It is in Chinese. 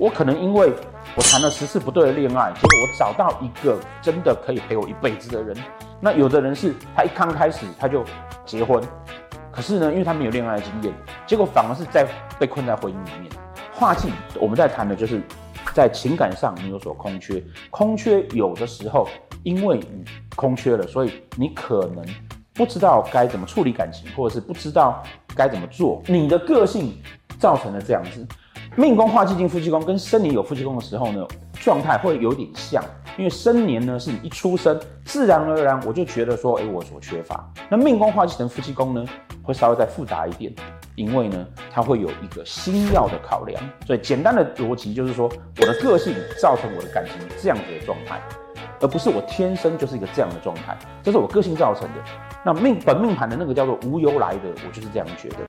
我可能因为我谈了10次不对的恋爱，结果我找到一个真的可以陪我一辈子的人。那有的人是他一刚开始他就结婚，可是呢，因为他没有恋爱经验，结果反而是被困在婚姻里面。化忌我们在谈的就是在情感上你有所空缺，空缺有的时候因为你空缺了，所以你可能不知道该怎么处理感情，或者是不知道该怎么做，你的个性造成了这样子。命宫化忌进夫妻宫跟申年有夫妻宫的时候呢，状态会有点像，因为申年呢是你一出生，自然而然我就觉得说，我所缺乏。那命宫化忌成夫妻宫呢，会稍微再复杂一点，因为呢它会有一个星曜的考量，所以简单的逻辑就是说，我的个性造成我的感情这样子的状态，而不是我天生就是一个这样的状态，这是我个性造成的。那本命盘的那个叫做无由来的，我就是这样觉得。